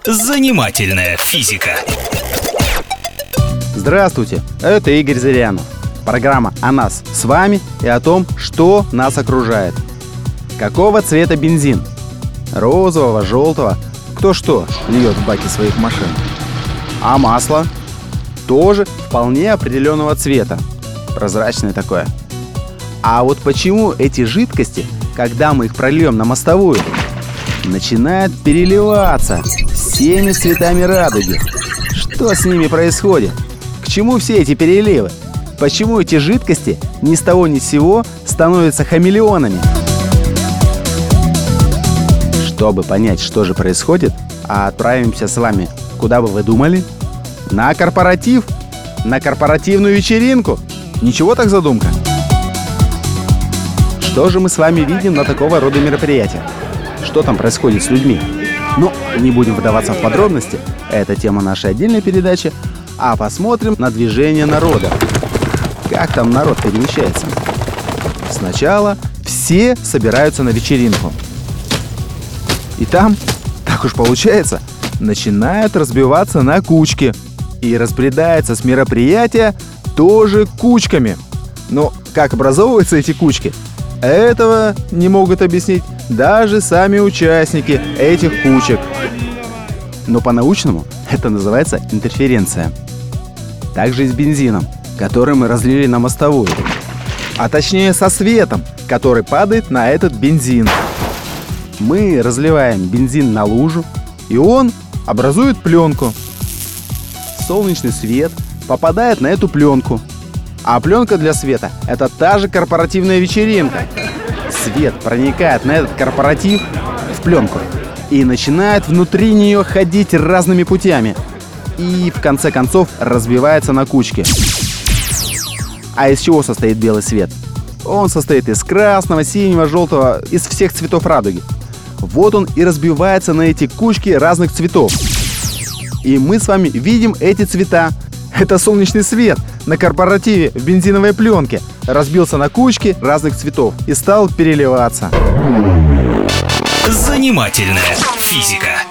Занимательная физика. Здравствуйте, это Игорь Зырянов. Программа о нас с вами и о том, что нас окружает. Какого цвета бензин? Розового, желтого? Кто что льет в баки своих машин? А масло? Тоже вполне определенного цвета. Прозрачное такое. А вот почему эти жидкости, когда мы их прольем на мостовую, начинают переливаться всеми цветами радуги? Что с ними происходит? К чему все эти переливы? Почему эти жидкости ни с того ни с сего становятся хамелеонами? Чтобы понять, что же происходит, отправимся с вами, куда бы вы думали? На корпоратив? На корпоративную вечеринку? Ничего так задумка? Что же мы с вами видим на такого рода мероприятиях? Что там происходит с людьми? Ну, не будем вдаваться в подробности, это тема нашей отдельной передачи, а посмотрим на движение народа. Как там народ перемещается? Сначала все собираются на вечеринку. И там, так уж получается, начинают разбиваться на кучки. И разбредаются с мероприятия тоже кучками. Но как образовываются эти кучки? Этого не могут объяснить даже сами участники этих кучек. Но по-научному это называется интерференция. Так же и с бензином, который мы разлили на мостовую. А точнее со светом, который падает на этот бензин. Мы разливаем бензин на лужу, и он образует пленку. Солнечный свет попадает на эту пленку. А пленка для света – это та же корпоративная вечеринка. Свет проникает на этот корпоратив в пленку и начинает внутри нее ходить разными путями. И в конце концов разбивается на кучки. А из чего состоит белый свет? Он состоит из красного, синего, желтого, из всех цветов радуги. Вот он и разбивается на эти кучки разных цветов. И мы с вами видим эти цвета. Это солнечный свет на корпоративе в бензиновой пленке разбился на кучки разных цветов и стал переливаться. Занимательная физика.